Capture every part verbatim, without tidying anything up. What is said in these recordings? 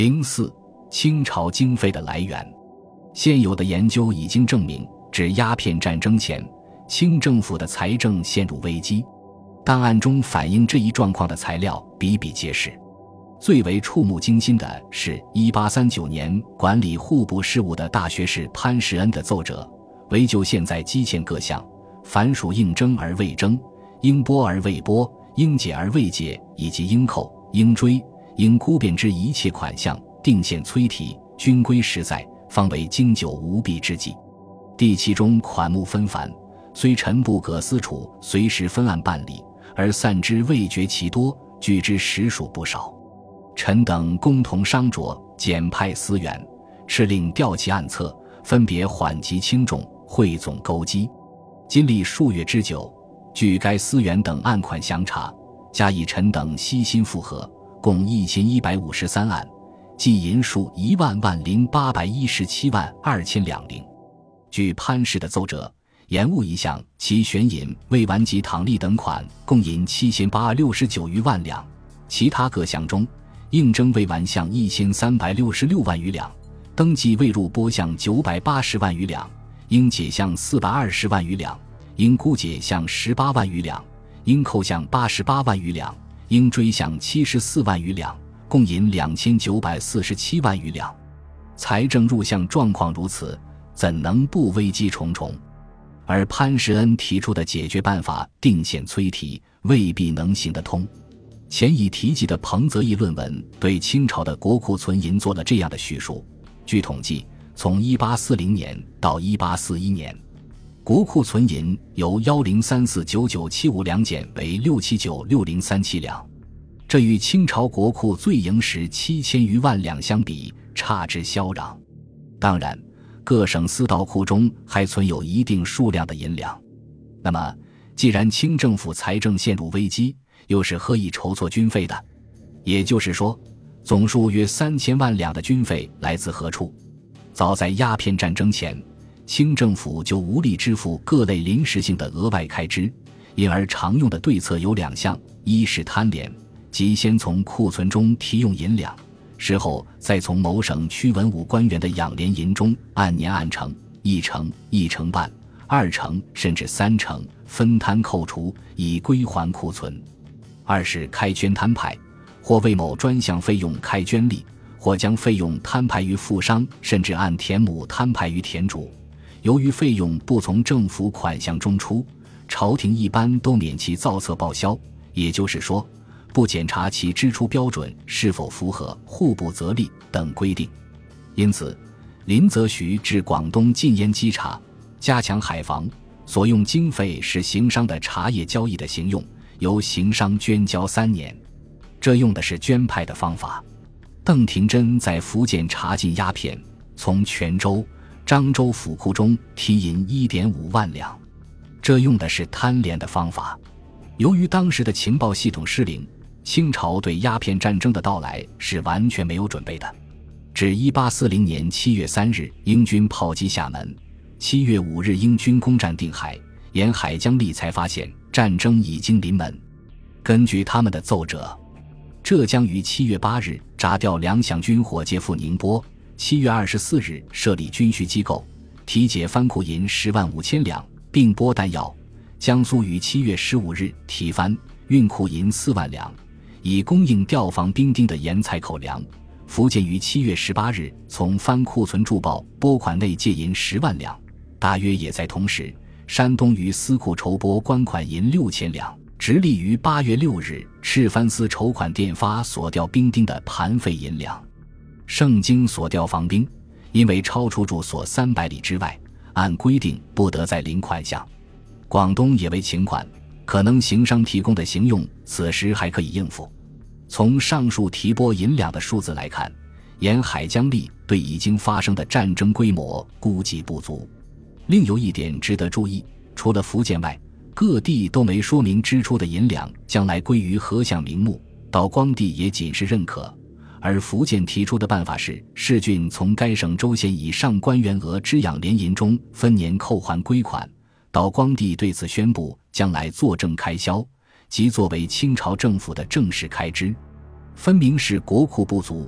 零四清朝经费的来源。现有的研究已经证明，至鸦片战争前，清政府的财政陷入危机。档案中反映这一状况的材料比比皆是。最为触目惊心的是一八三九年管理户部事务的大学士潘世恩的奏折，为就现在积欠各项，凡属应征而未征，应拨而未拨，应解而未解，以及应扣、应追、应估变之一切款项，定限催提，均归实在，方为经久无弊之计。第其中款目纷繁，虽臣部各司处随时分案办理，而散之未决其多，据之实属不少。臣等共同商酌，简派司员，敕令调其案册，分别缓急轻重，汇总勾稽。经历数月之久，据该司员等案款详查，加以臣等悉心复核，共一千一百五十三案，计银数一万万零八百一十七万二千两零。据潘氏的奏折，延误一项，其选引未完及躺利等款，共银七千八百六十九余万两；其他各项中，应征未完项一千三百六十六万余两，登记未入拨项九百八十万余两，应解项四百二十万余两，应估解项十八万余两，应扣项八十八万余两，应追项七十四万余两，共银两千九百四十七万余两。财政入项状况如此，怎能不危机重重？而潘世恩提出的解决办法定限催提，未必能行得通。前已提及的彭泽义论文对清朝的国库存银做了这样的叙述。据统计，从一八四零年到一八四一年，国库存银由一零三四九九七五两减为六七九六零三七两，这与清朝国库最盈时七千余万两相比，差之萧壤。当然，各省私盗库中还存有一定数量的银两。那么，既然清政府财政陷入危机，又是何以筹措军费的？也就是说，总数约三千万两的军费来自何处？早在鸦片战争前，清政府就无力支付各类临时性的额外开支，因而常用的对策有两项：一是贪廉，即先从库存中提用银两，事后再从某省区文武官员的养廉银中按年按成，一成、一成半、二成甚至三成分摊扣除，以归还库存；二是开捐摊派，或为某专项费用开捐吏，或将费用摊派于富商，甚至按田亩摊派于田主。由于费用不从政府款项中出，朝廷一般都免其造册报销，也就是说，不检查其支出标准是否符合户部则例等规定。因此，林则徐至广东禁烟稽查，加强海防，所用经费是行商的茶叶交易的行用，由行商捐交三年。这用的是捐派的方法。邓廷珍在福建查禁鸦片，从泉州、漳州府库中提银 一点五万两，这用的是贪廉的方法。由于当时的情报系统失灵，清朝对鸦片战争的到来是完全没有准备的。至一八四零年七月三日，英军炮击厦门，七月五日英军攻占定海，沿海江立才发现战争已经临门。根据他们的奏折，浙江于七月八日查调粮饷军火借赴宁波，七月二十四日设立军需机构，提解藩库银十万五千两，并拨弹药。江苏于七月十五日提藩，运库银四万两，以供应调防兵丁的盐菜口粮。福建于七月十八日从藩库存注报拨款内借银十万两，大约也在同时，山东于司库筹拨官款银六千两，直隶于八月六日赤藩司筹款电发所调兵丁的盘费银两。盛京所调防兵，因为超出住所三百里之外，按规定不得再领款项。广东也为请款，可能行商提供的行用，此时还可以应付。从上述提拨银两的数字来看，沿海江立对已经发生的战争规模估计不足。另有一点值得注意，除了福建外，各地都没说明支出的银两将来归于何项名目，道光帝也仅是认可。而福建提出的办法是，市郡从该省州县以上官员额支养联银中分年扣还归款。道光帝对此宣布，将来作政开销，即作为清朝政府的正式开支。分明是国库不足，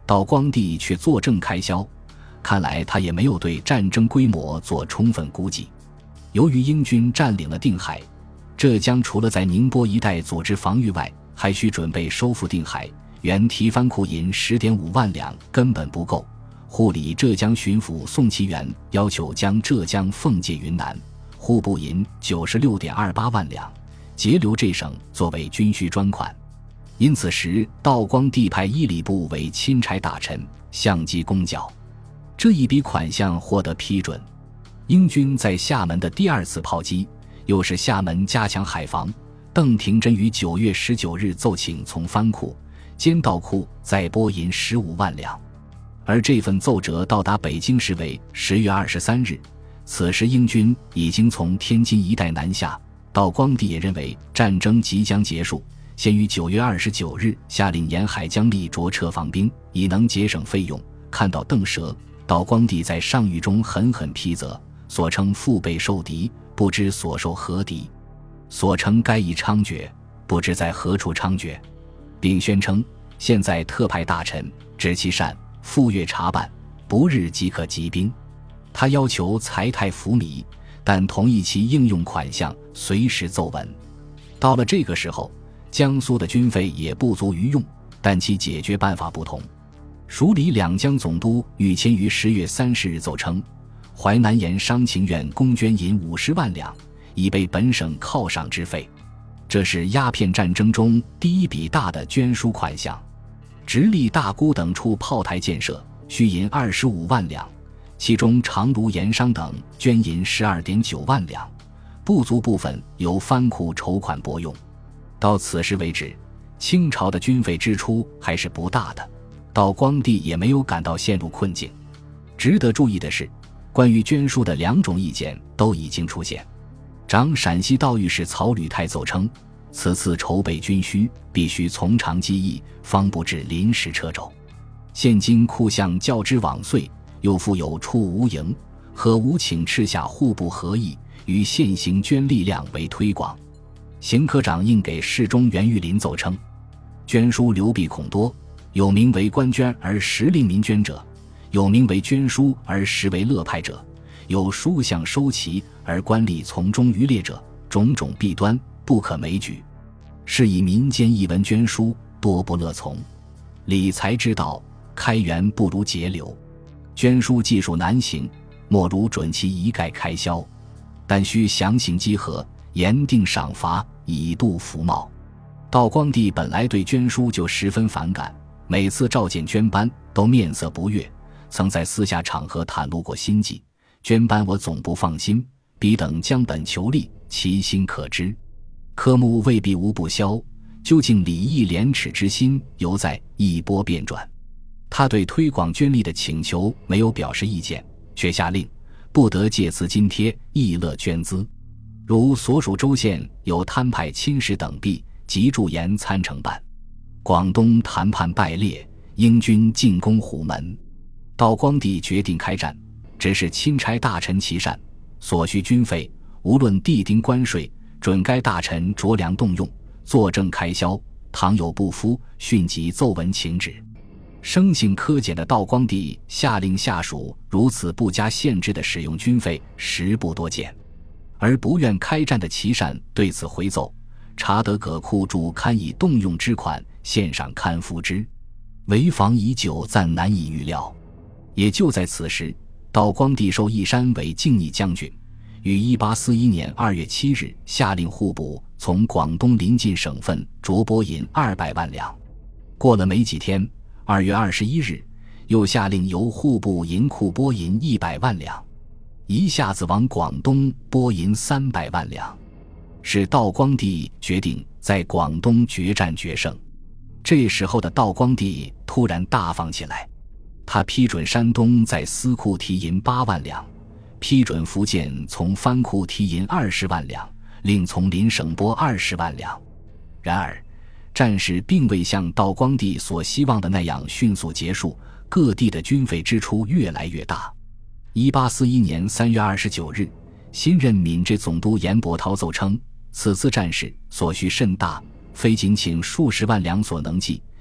道光帝却坐正开销，看来他也没有对战争规模做充分估计。由于英军占领了定海，浙江除了在宁波一带组织防御外，还需准备收复定海。原提藩库银 十点五万两根本不够，护理浙江巡抚宋其元要求将浙江奉界云南，户部银 九十六点二八万两，截留这省作为军需专款。因此时道光帝派伊礼部为钦差大臣，相机公缴。这一笔款项获得批准。英军在厦门的第二次炮击，又是厦门加强海防。邓廷珍于九月十九日奏请从藩库、监道库再拨银十五万两，而这份奏折到达北京时为十月二十三日。此时英军已经从天津一带南下，道光帝也认为战争即将结束，先于九月二十九日下令沿海将力着撤防兵，以能节省费用。看到邓蛇，道光帝在上谕中狠狠批责，所称腹背受敌，不知所受何敌，所称该已猖獗，不知在何处猖獗，并宣称现在特派大臣知其善，赴粤查办，不日即可集兵。他要求财泰服米，但同意其应用款项随时奏闻。到了这个时候，江苏的军费也不足于用，但其解决办法不同。署理两江总督宇谦于十月三十日奏称，淮南盐商情愿公捐银五十万两，以备本省犒赏之费。这是鸦片战争中第一笔大的捐书款项。直隶大沽等处炮台建设需银二十五万两，其中长芦盐商等捐银 十二点九万两，不足部分由藩库筹款拨用。到此时为止，清朝的军费支出还是不大的，道光帝也没有感到陷入困境。值得注意的是，关于捐书的两种意见都已经出现。掌陕西道御史曹履泰奏称，此次筹备军需必须从长计议，方不至临时掣肘。现今库项较之往岁，又复有处无营，何无请敕下户部合议，与现行捐力量为推广。邢科长应给侍中袁玉林奏称，捐书流弊恐多，有名为官捐而实令民捐者，有名为捐书而实为乐派者，有书项收齐而官吏从中渔猎者，种种弊端不可枚举。是以民间一闻捐书，多不乐从。理财之道，开源不如节流。捐书技术难行，莫如准其一概开销，但需详行稽核，严定赏罚，以度服贸。道光帝本来对捐书就十分反感，每次召见捐班都面色不悦，曾在私下场合袒露过心迹，捐班我总不放心，彼等将本求利，其心可知。科目未必无不消，究竟礼义廉耻之心犹在一波变转。他对推广捐力的请求没有表示意见，却下令不得借此津贴议乐捐资。如所属州县有摊派亲使等弊，即驻盐参惩办。广东谈判败裂，英军进攻虎门，道光帝决定开战，只是钦差大臣其善，所需军费无论地丁关税，准该大臣酌量动用，作正开销，倘有不敷，迅即奏闻请旨。生性苛简的道光帝下令下属如此不加限制地使用军费，实不多见。而不愿开战的琦善对此回奏，查得葛库主堪以动用之款，献上堪付之。为防已久，暂难以预料。也就在此时，道光帝授义山为靖义将军，于一八四一年二月七日下令户部从广东邻近省份着拨银二百万两。过了没几天，二月二十一日又下令由户部银库拨银一百万两，一下子往广东拨银三百万两，使道光帝决定在广东决战决胜。这时候的道光帝突然大方起来，他批准山东在司库提银八万两，批准福建从藩库提银二十万两，另从邻省拨二十万两。然而战事并未像道光帝所希望的那样迅速结束，各地的军费支出越来越大。一八四一年三月二十九日，新任闽浙总督严伯涛奏称，此次战事所需甚大，非仅请数十万两所能计，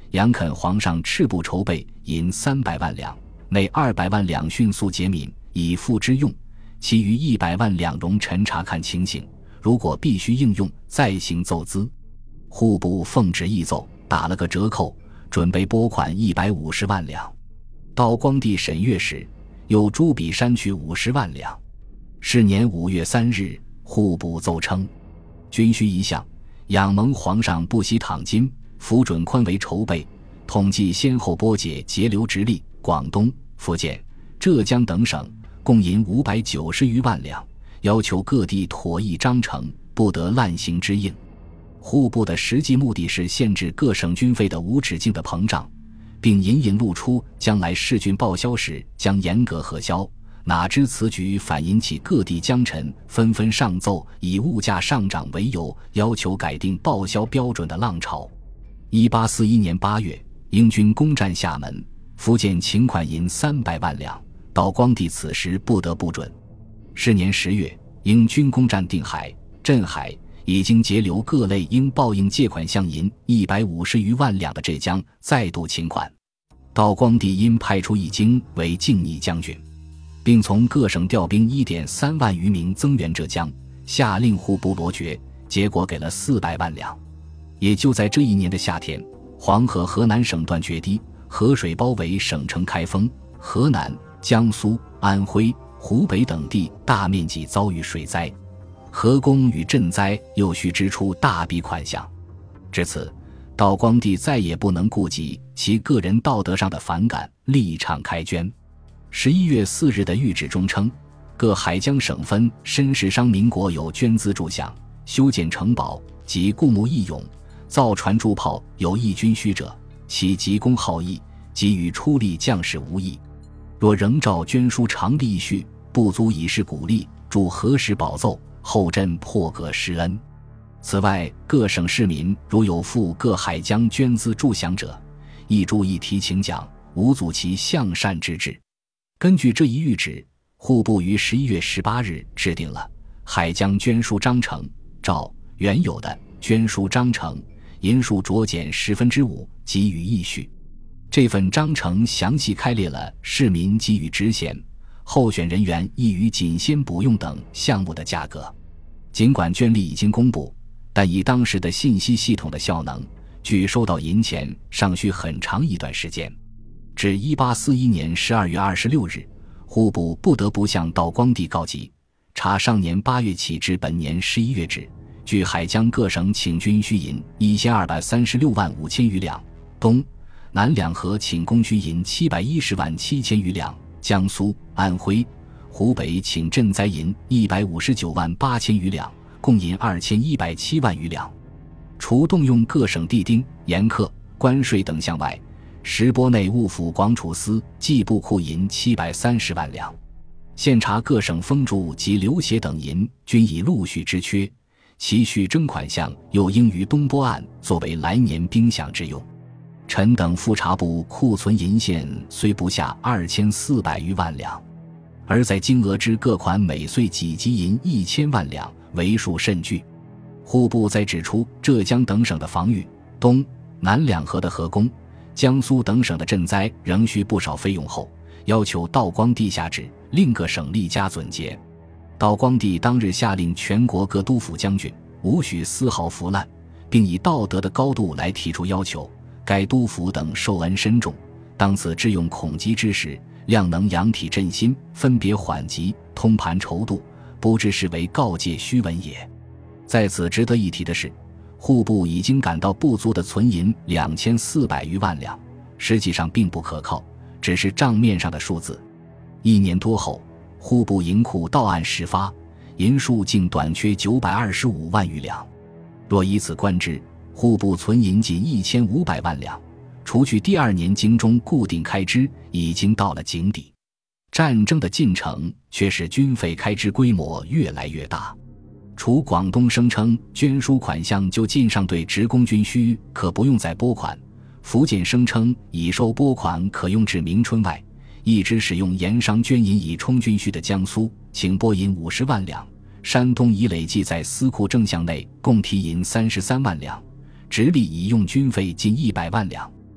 杨肯皇上赤部筹备银三百万两，内二百万两迅速节敏，以付之用，其余一百万两容臣察看情形，如果必须应用，再行奏资。户部奉旨议奏，打了个折扣，准备拨款一百五十万两。道光帝审阅时，又朱笔删去五十万两。是年五月三日，户部奏称：军需一项，仰蒙皇上不惜躺金，符准宽为筹备，统计先后拨解节流直隶、广东、福建、浙江等省，共银五百九十余万两，要求各地妥议章程，不得滥行之应。户部的实际目的是限制各省军费的无止境的膨胀，并隐隐露出将来试军报销时将严格核销。哪知此举反引起各地江臣纷纷上奏，以物价上涨为由，要求改定报销标准的浪潮。一八四一年八月，英军攻占厦门，福建请款银三百万两，道光帝此时不得不准。是年十月，英军攻占定海、镇海，已经节流各类应报应借款项银一百五十余万两的浙江再度请款。道光帝因派出义经为靖逆将军，并从各省调兵 一点三万余名增援浙江，下令户部罗决，结果给了四百万两。也就在这一年的夏天，黄河河南省段决堤，河水包围省城开封、河南、江苏、安徽、湖北等地大面积遭遇水灾，河工与赈灾又需支出大笔款项。至此，道光帝再也不能顾及其个人道德上的反感，立场开捐。十一月四日的谕旨中称，各海疆省分绅士商民国有捐资助饷，修建城堡及固木义勇，造船铸炮有义军需者，其急公好义，给予出力将士无益。若仍照捐书常例序，不足以示鼓励，祝何时保奏，后朕破格施恩。此外，各省市民如有赴各海疆捐资助饷者，亦注意提请奖，无阻其向善之志。根据这一谕旨，户部于十一月十八日制定了海疆捐书章程，照原有的捐书章程，银数酌减十分之五，给予议序。这份章程详细开列了市民给予职衔、候选人员易于仅先补用等项目的价格。尽管捐例已经公布，但以当时的信息系统的效能，距收到银钱尚需很长一段时间。至一八四一年十二月二十六日，户部不得不向道光帝告急，查上年八月起至本年十一月止，据海疆各省请军需银一千二百三十六万五千余两，东南两河请供需银七百一十万七千余两，江苏、安徽、湖北请赈灾银一百五十九万八千余两，共银二千一百七万余两。除动用各省地丁、盐课、关税等项外，十拨内务府广储司计部库银七百三十万两。现查各省封铸及流血等银均已陆续之缺，其续征款项又应于东拨案作为来年兵饷之用。臣等复查部库存银线虽不下二千四百余万两，而在金额之各款每岁给给银一千万两，为数甚巨。户部再指出浙江等省的防御、东南两河的河工、江苏等省的赈灾仍需不少费用后，要求道光帝下旨，令各省立家准节。道光帝当日下令全国各督府将军无许丝毫腐烂，并以道德的高度来提出要求。该督府等受恩深重，当此致用恐急之时，量能养体振心，分别缓急，通盘筹度，不知是为告诫虚文也。在此值得一提的是，户部已经感到不足的存银两千四百余万两，实际上并不可靠，只是账面上的数字。一年多后，户部银库到案始发，银数竟短缺九百二十五万余两。若以此观之，户部存银仅一千五百万两，除去第二年京中固定开支，已经到了井底。战争的进程却使军费开支规模越来越大。除广东声称捐书款项就尽上对职工军需可不用再拨款，福建声称已收拨款可用至明春外，一直使用盐商捐银以充军需的江苏请拨银五十万两，山东已累计在司库正项内共提银三十三万两，直隶已用军费近一百万两。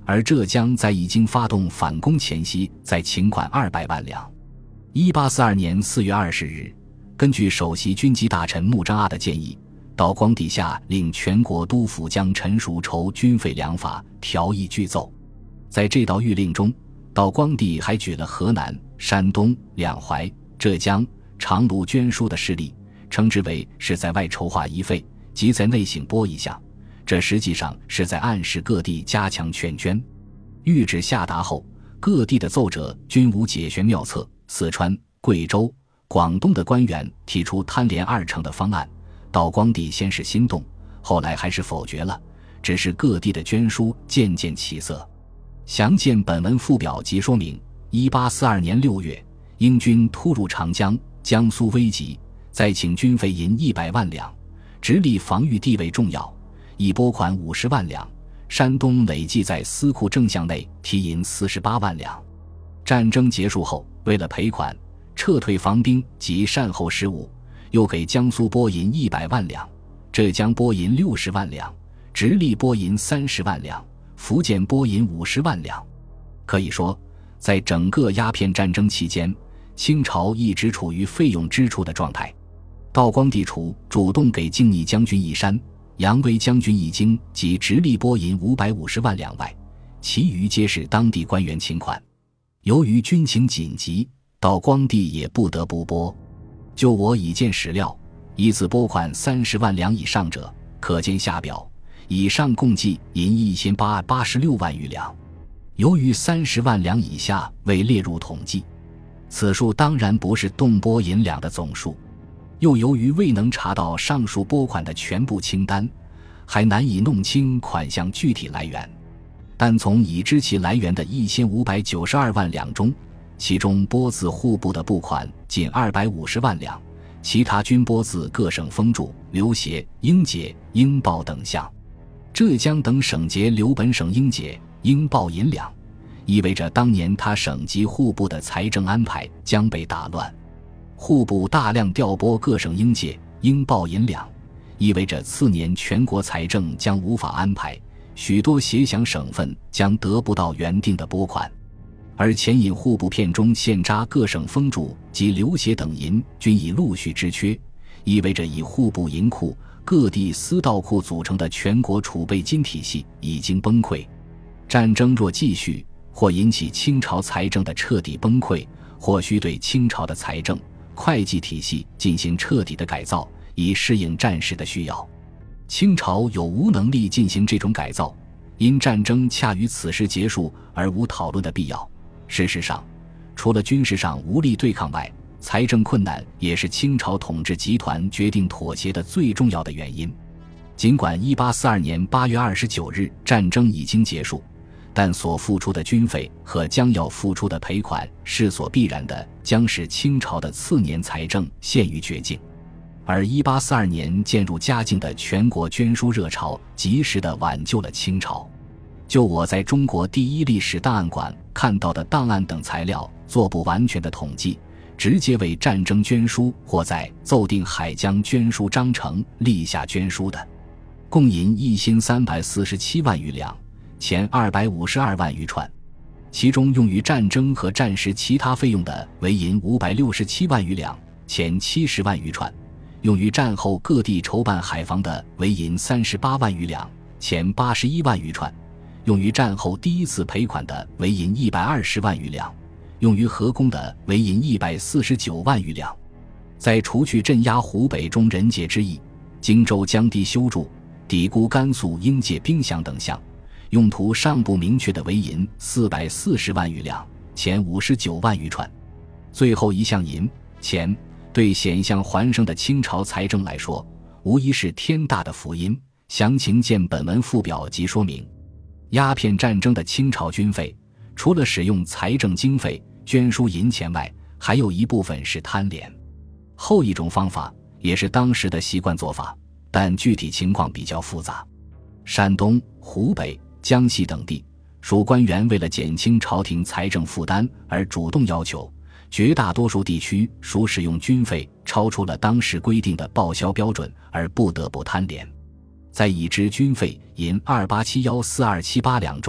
而浙江在已经发动反攻前夕再请款二百万两。一八四二年四月二十日，根据首席军机大臣穆彰阿的建议，道光帝下令全国督抚将陈赎筹军费粮法条议具奏。在这道谕令中，道光帝还举了河南、山东、两淮、浙江、长卢捐书的事例，称之为是在外筹划一费，即在内省拨一项，这实际上是在暗示各地加强劝捐。谕旨下达后，各地的奏折均无解旋妙策，四川、贵州、广东的官员提出贪廉二成的方案，道光帝先是心动，后来还是否决了，只是各地的捐书渐渐起色。详见本文附表及说明。一八四二年六月，英军突入长江，江苏危急，再请军费银一百万两，直隶防御地位重要，已拨款五十万两。山东累计在司库正项内提银四十八万两。战争结束后，为了赔款，撤退防兵及善后事务，又给江苏拨银一百万两，浙江拨银六十万两，直隶拨银三十万两，福建拨银五十万两。可以说，在整个鸦片战争期间，清朝一直处于费用支出的状态。道光帝除主动给靖逆将军一山、扬威将军一京及直隶拨银五百五十万两外，其余皆是当地官员请款。由于军情紧急，道光帝也不得不拨。就我已见史料，一次拨款三十万两以上者，可见下表，以上共计银一千八百八十六万余两。由于三十万两以下未列入统计，此数当然不是动拨银两的总数。又由于未能查到上述拨款的全部清单，还难以弄清款项具体来源。但从已知其来源的一千五百九十二万两中，其中拨自户部的部款仅二百五十万两，其他均拨自各省封铸、留协、英结、英报等项。浙江等省节留本省英结、英报银两，意味着当年他省级户部的财政安排将被打乱。户部大量调拨各省英结、英报银两，意味着次年全国财政将无法安排，许多协饷省份将得不到原定的拨款。而前引户部片中现扎各省封铸及留协等银均已陆续支缺，意味着以户部银库、各地私盗库组成的全国储备金体系已经崩溃。战争若继续，或引起清朝财政的彻底崩溃，或需对清朝的财政、会计体系进行彻底的改造，以适应战时的需要。清朝有无能力进行这种改造，因战争恰于此时结束而无讨论的必要。事实上，除了军事上无力对抗外，财政困难也是清朝统治集团决定妥协的最重要的原因。尽管一八四二年八月二十九日战争已经结束，但所付出的军费和将要付出的赔款势所必然的将使清朝的次年财政陷于绝境。而一八四二年渐入佳境的全国捐书热潮及时地挽救了清朝。就我在中国第一历史档案馆看到的档案等材料做不完全的统计，直接为战争捐书或在奏定海疆捐书章程立下捐书的，共银一千三百四十七万余两，钱二百五十二万余串，其中用于战争和战时其他费用的为银五百六十七万余两，钱七十万余串，用于战后各地筹办海防的为银三十八万余两，钱八十一万余串，用于战后第一次赔款的为银一百二十万余两，用于河工的为银一百四十九万余两。在除去镇压湖北中人杰之意，荆州江堤修筑、抵估甘肃应界兵饷等项，用途尚不明确的为银四百四十万余两，钱五十九万余串。最后一项银钱对险象环生的清朝财政来说，无疑是天大的福音。详情见本文附表及说明。鸦片战争的清朝军费，除了使用财政经费捐输银钱外，还有一部分是贪廉。后一种方法也是当时的习惯做法，但具体情况比较复杂。山东、湖北、江西等地属官员为了减轻朝廷财政负担而主动要求，绝大多数地区属使用军费超出了当时规定的报销标准而不得不贪廉。在已知军费银二八七一四二七八两中，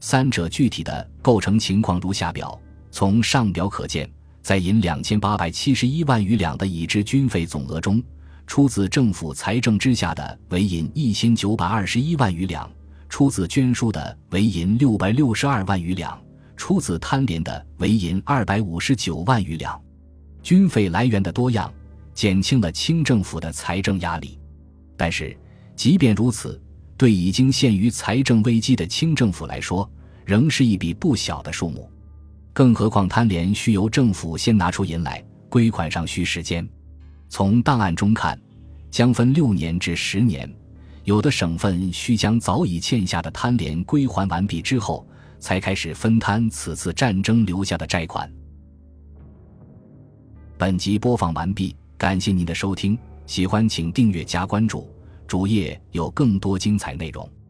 三者具体的构成情况如下表。从上表可见，在银两千八百七十一万余两的已知军费总额中，出自政府财政之下的为银一千九百二十一万余两，出自捐书的为银六百六十二万余两，出自贪廉的为银二百五十九万余两。军费来源的多样，减轻了清政府的财政压力。但是，即便如此，对已经陷于财政危机的清政府来说，仍是一笔不小的数目。更何况贪廉需由政府先拿出银来，归款上需时间。从档案中看，将分六年至十年，有的省份需将早已欠下的贪廉归还完毕之后，才开始分摊此次战争留下的债款。本集播放完毕，感谢您的收听，喜欢请订阅加关注，主页有更多精彩内容。